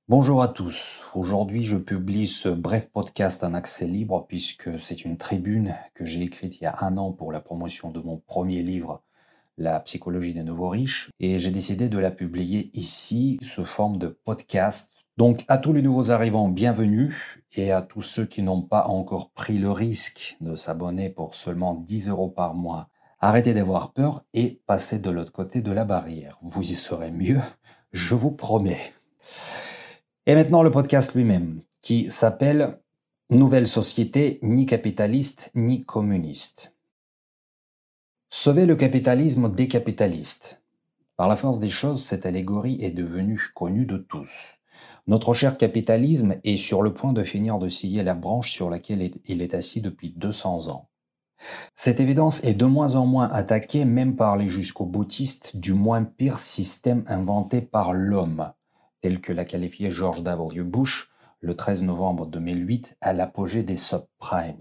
Bonjour à tous. Aujourd'hui, je publie ce bref podcast en accès libre puisque c'est une tribune que j'ai écrite il y a un an pour la promotion de mon premier livre, La psychologie des nouveaux riches, et j'ai décidé de la publier ici sous forme de podcast. Donc, à tous les nouveaux arrivants, bienvenue, et à tous ceux qui n'ont pas encore pris le risque de s'abonner pour seulement 10 € par mois, arrêtez d'avoir peur et passez de l'autre côté de la barrière. Vous y serez mieux, je vous promets. Et maintenant le podcast lui-même, qui s'appelle Nouvelle société, ni capitaliste, ni communiste. Sauver le capitalisme décapitaliste. Par la force des choses, cette allégorie est devenue connue de tous. Notre cher capitalisme est sur le point de finir de scier la branche sur laquelle il est assis depuis 200 ans. Cette évidence est de moins en moins attaquée même par les jusqu'au-boutistes du moins pire système inventé par l'homme, tel que l'a qualifié George W. Bush le 13 novembre 2008 à l'apogée des subprimes.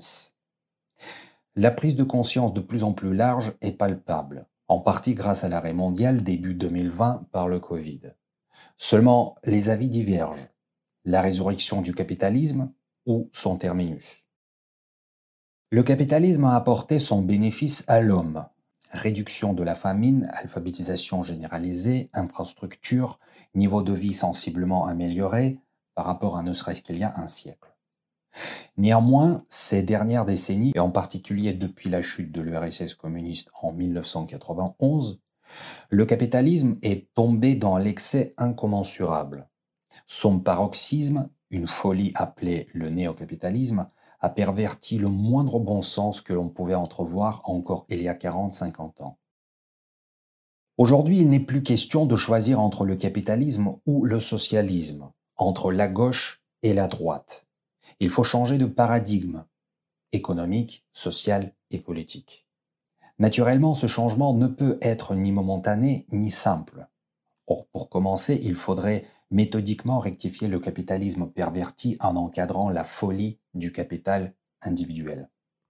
La prise de conscience de plus en plus large est palpable, en partie grâce à l'arrêt mondial début 2020 par le Covid. Seulement, les avis divergent. La résurrection du capitalisme ou son terminus? Le capitalisme a apporté son bénéfice à l'homme. Réduction de la famine, alphabétisation généralisée, infrastructures, niveau de vie sensiblement amélioré par rapport à ne serait-ce qu'il y a un siècle. Néanmoins, ces dernières décennies, et en particulier depuis la chute de l'URSS communiste en 1991, le capitalisme est tombé dans l'excès incommensurable. Son paroxysme, une folie appelée le néocapitalisme, a perverti le moindre bon sens que l'on pouvait entrevoir encore il y a 40-50 ans. Aujourd'hui, il n'est plus question de choisir entre le capitalisme ou le socialisme, entre la gauche et la droite. Il faut changer de paradigme économique, social et politique. Naturellement, ce changement ne peut être ni momentané ni simple. Or, pour commencer, il faudrait méthodiquement rectifier le capitalisme perverti en encadrant la folie du capital individuel.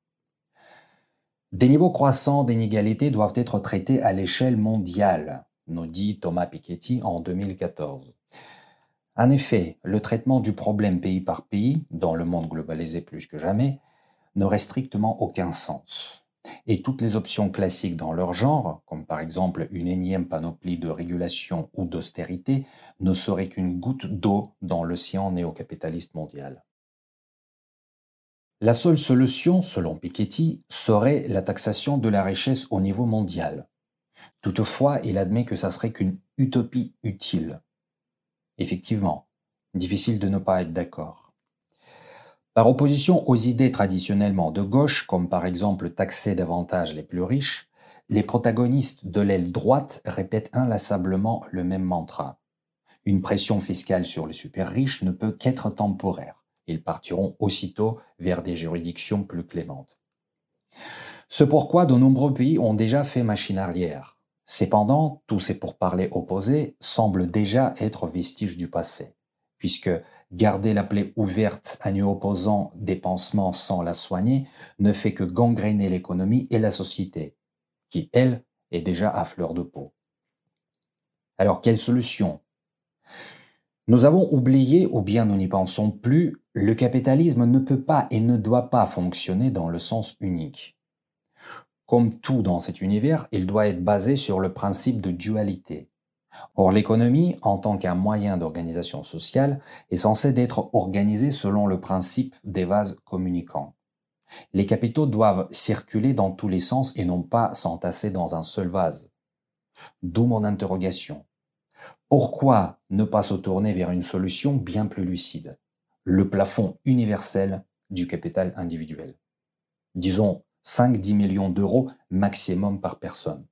Des niveaux croissants d'inégalité doivent être traités à l'échelle mondiale, nous dit Thomas Piketty en 2014. En effet, le traitement du problème pays par pays, dans le monde globalisé plus que jamais, n'aurait strictement aucun sens. Et toutes les options classiques dans leur genre, comme par exemple une énième panoplie de régulation ou d'austérité, ne seraient qu'une goutte d'eau dans l'océan néocapitaliste mondial. La seule solution, selon Piketty, serait la taxation de la richesse au niveau mondial. Toutefois, il admet que ça serait qu'une utopie utile. Effectivement, difficile de ne pas être d'accord. Par opposition aux idées traditionnellement de gauche, comme par exemple taxer davantage les plus riches, les protagonistes de l'aile droite répètent inlassablement le même mantra. Une pression fiscale sur les super riches ne peut qu'être temporaire. Ils partiront aussitôt vers des juridictions plus clémentes. Ce pourquoi de nombreux pays ont déjà fait machine arrière. Cependant, tous ces pourparlers opposés semblent déjà être vestiges du passé, puisque garder la plaie ouverte à nu opposant des pansements sans la soigner ne fait que gangréner l'économie et la société, qui, elle, est déjà à fleur de peau. Alors, quelle solution? Nous avons oublié, ou bien nous n'y pensons plus, le capitalisme ne peut pas et ne doit pas fonctionner dans le sens unique. Comme tout dans cet univers, il doit être basé sur le principe de dualité. Or, l'économie, en tant qu'un moyen d'organisation sociale, est censée d'être organisée selon le principe des vases communicants. Les capitaux doivent circuler dans tous les sens et non pas s'entasser dans un seul vase. D'où mon interrogation. Pourquoi ne pas se tourner vers une solution bien plus lucide? Le plafond universel du capital individuel. Disons 5-10 millions d'euros maximum par personne.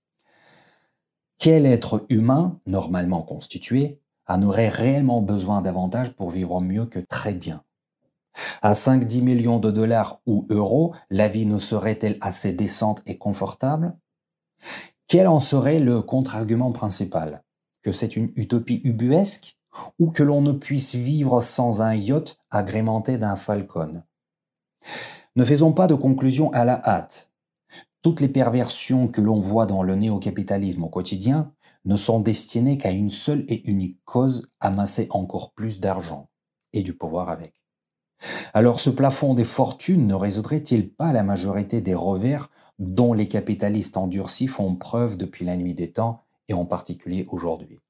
Quel être humain, normalement constitué, en aurait réellement besoin davantage pour vivre mieux que très bien? À 5-10 millions de dollars ou euros, la vie ne serait-elle assez décente et confortable? Quel en serait le contre-argument principal? Que c'est une utopie ubuesque ou que l'on ne puisse vivre sans un yacht agrémenté d'un Falcon? Ne faisons pas de conclusion à la hâte. Toutes les perversions que l'on voit dans le néo-capitalisme au quotidien ne sont destinés qu'à une seule et unique cause, amasser encore plus d'argent et du pouvoir avec. Alors ce plafond des fortunes ne résoudrait-il pas la majorité des revers dont les capitalistes endurcis font preuve depuis la nuit des temps et en particulier aujourd'hui?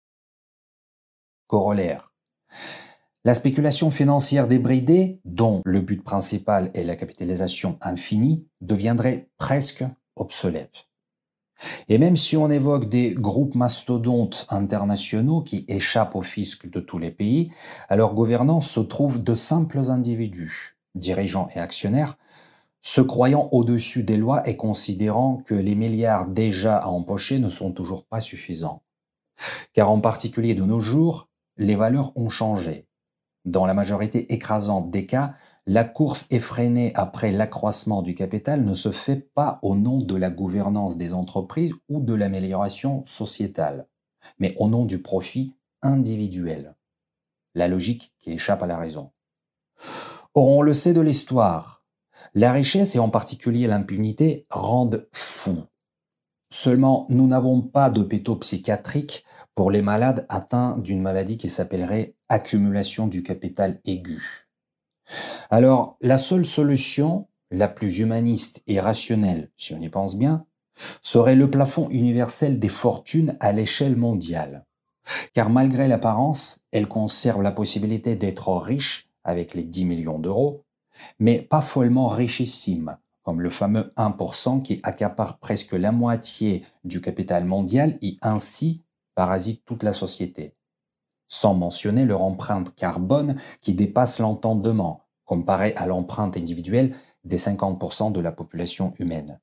Corollaire. La spéculation financière débridée, dont le but principal est la capitalisation infinie, deviendrait presque obsolète. Et même si on évoque des groupes mastodontes internationaux qui échappent au fisc de tous les pays, à leur gouvernance se trouvent de simples individus, dirigeants et actionnaires, se croyant au-dessus des lois et considérant que les milliards déjà à empocher ne sont toujours pas suffisants. Car en particulier de nos jours, les valeurs ont changé. Dans la majorité écrasante des cas, la course effrénée après l'accroissement du capital ne se fait pas au nom de la gouvernance des entreprises ou de l'amélioration sociétale, mais au nom du profit individuel. La logique qui échappe à la raison. Or, on le sait de l'histoire, la richesse et en particulier l'impunité rendent fous. Seulement, nous n'avons pas d'hôpitaux psychiatriques pour les malades atteints d'une maladie qui s'appellerait accumulation du capital aigu. Alors, la seule solution, la plus humaniste et rationnelle, si on y pense bien, serait le plafond universel des fortunes à l'échelle mondiale. Car malgré l'apparence, elle conserve la possibilité d'être riche avec les 10 millions d'euros, mais pas follement richissime, comme le fameux 1% qui accapare presque la moitié du capital mondial et ainsi parasite toute la société. Sans mentionner leur empreinte carbone qui dépasse l'entendement, comparée à l'empreinte individuelle des 50% de la population humaine.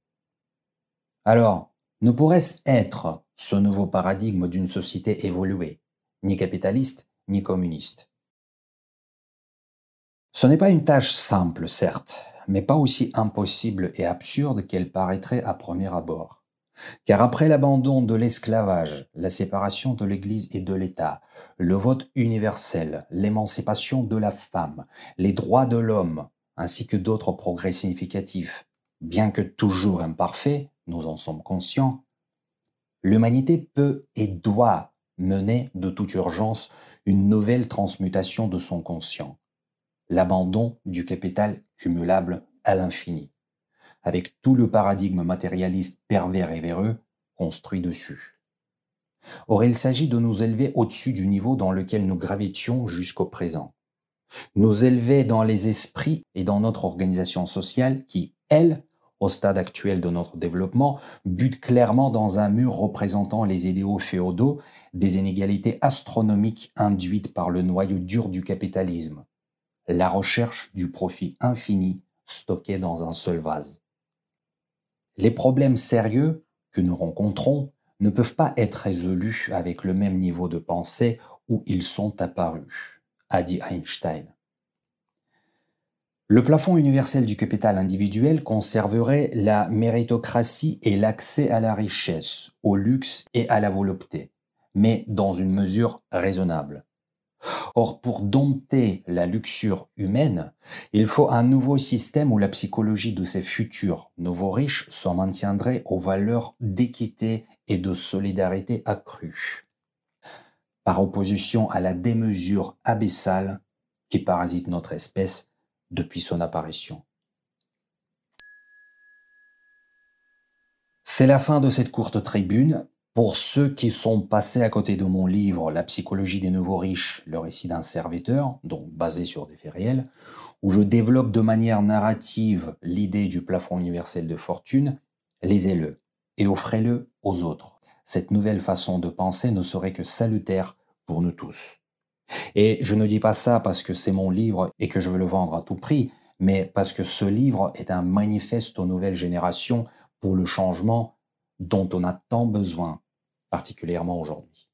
Alors, ne pourrait-ce être ce nouveau paradigme d'une société évoluée, ni capitaliste, ni communiste? Ce n'est pas une tâche simple, certes, mais pas aussi impossible et absurde qu'elle paraîtrait à premier abord. Car après l'abandon de l'esclavage, la séparation de l'Église et de l'État, le vote universel, l'émancipation de la femme, les droits de l'homme, ainsi que d'autres progrès significatifs, bien que toujours imparfaits, nous en sommes conscients, l'humanité peut et doit mener de toute urgence une nouvelle transmutation de son conscient, l'abandon du capital cumulable à l'infini, avec tout le paradigme matérialiste pervers et véreux construit dessus. Or, il s'agit de nous élever au-dessus du niveau dans lequel nous gravitions jusqu'au présent. Nous élever dans les esprits et dans notre organisation sociale qui, elle, au stade actuel de notre développement, bute clairement dans un mur représentant les idéaux féodaux des inégalités astronomiques induites par le noyau dur du capitalisme, la recherche du profit infini stocké dans un seul vase. Les problèmes sérieux que nous rencontrons ne peuvent pas être résolus avec le même niveau de pensée où ils sont apparus, a dit Einstein. Le plafond universel du capital individuel conserverait la méritocratie et l'accès à la richesse, au luxe et à la volupté, mais dans une mesure raisonnable. Or, pour dompter la luxure humaine, il faut un nouveau système où la psychologie de ces futurs nouveaux riches s'en maintiendrait aux valeurs d'équité et de solidarité accrue, par opposition à la démesure abyssale qui parasite notre espèce depuis son apparition. C'est la fin de cette courte tribune. Pour ceux qui sont passés à côté de mon livre « La psychologie des nouveaux riches, le récit d'un serviteur », donc basé sur des faits réels, où je développe de manière narrative l'idée du plafond universel de fortune, lisez-le et offrez-le aux autres. Cette nouvelle façon de penser ne serait que salutaire pour nous tous. Et je ne dis pas ça parce que c'est mon livre et que je veux le vendre à tout prix, mais parce que ce livre est un manifeste aux nouvelles générations pour le changement dont on a tant besoin, particulièrement aujourd'hui.